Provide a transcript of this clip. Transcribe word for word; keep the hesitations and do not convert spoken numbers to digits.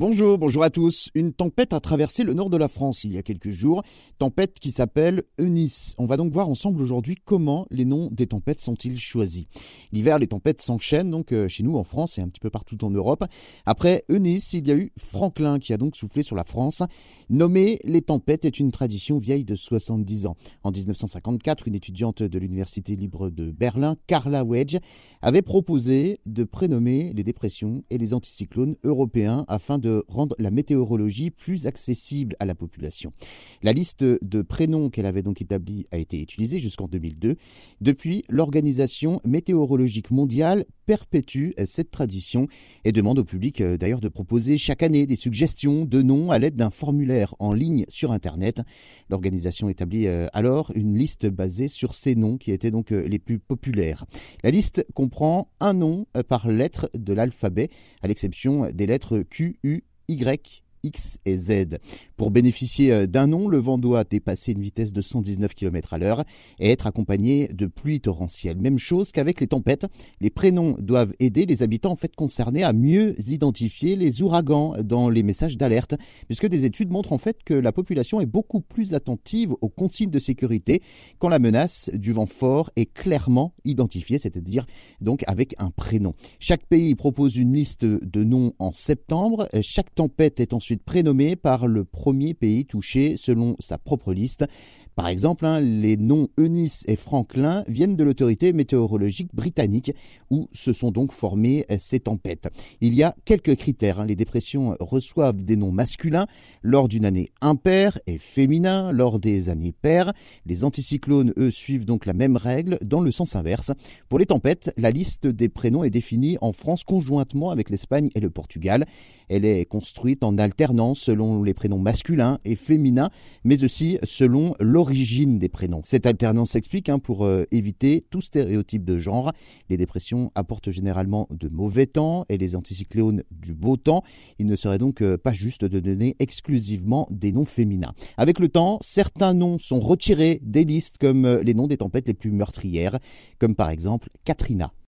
Bonjour, bonjour à tous. Une tempête a traversé le nord de la France il y a quelques jours, tempête qui s'appelle Eunice. On va donc voir ensemble aujourd'hui comment les noms des tempêtes sont-ils choisis. L'hiver, les tempêtes s'enchaînent donc chez nous en France et un petit peu partout en Europe. Après Eunice, il y a eu Franklin qui a donc soufflé sur la France. Nommer les tempêtes est une tradition vieille de soixante-dix ans. En dix-neuf cent cinquante-quatre, une étudiante de l'Université libre de Berlin, Carla Wedge, avait proposé de prénommer les dépressions et les anticyclones européens afin de rendre la météorologie plus accessible à la population. La liste de prénoms qu'elle avait donc établie a été utilisée jusqu'en deux mille deux. Depuis, l'Organisation météorologique mondiale perpétue cette tradition et demande au public d'ailleurs de proposer chaque année des suggestions de noms à l'aide d'un formulaire en ligne sur Internet. L'organisation établit alors une liste basée sur ces noms qui étaient donc les plus populaires. La liste comprend un nom par lettre de l'alphabet, à l'exception des lettres Q, U, Y, X et Z. Pour bénéficier d'un nom, le vent doit dépasser une vitesse de cent dix-neuf kilomètres à l'heure et être accompagné de pluies torrentielles. Même chose qu'avec les tempêtes, les prénoms doivent aider les habitants en fait concernés à mieux identifier les ouragans dans les messages d'alerte, puisque des études montrent en fait que la population est beaucoup plus attentive aux consignes de sécurité quand la menace du vent fort est clairement identifiée, c'est-à-dire donc avec un prénom. Chaque pays propose une liste de noms en septembre. Chaque tempête est ensuite prénommé par le premier pays touché selon sa propre liste. Par exemple, hein, les noms Eunice et Franklin viennent de l'autorité météorologique britannique où se sont donc formées ces tempêtes. Il y a quelques critères. Hein. Les dépressions reçoivent des noms masculins lors d'une année impaire et féminins lors des années paires. Les anticyclones, eux, suivent donc la même règle dans le sens inverse. Pour les tempêtes, la liste des prénoms est définie en France conjointement avec l'Espagne et le Portugal. Elle est construite en alternance selon les prénoms masculins et féminins, mais aussi selon l'origine des prénoms. Cette alternance s'explique hein, pour euh, éviter tout stéréotype de genre. Les dépressions apportent généralement de mauvais temps et les anticyclones du beau temps. Il ne serait donc euh, pas juste de donner exclusivement des noms féminins. Avec le temps, certains noms sont retirés des listes comme euh, les noms des tempêtes les plus meurtrières, comme par exemple Katrina.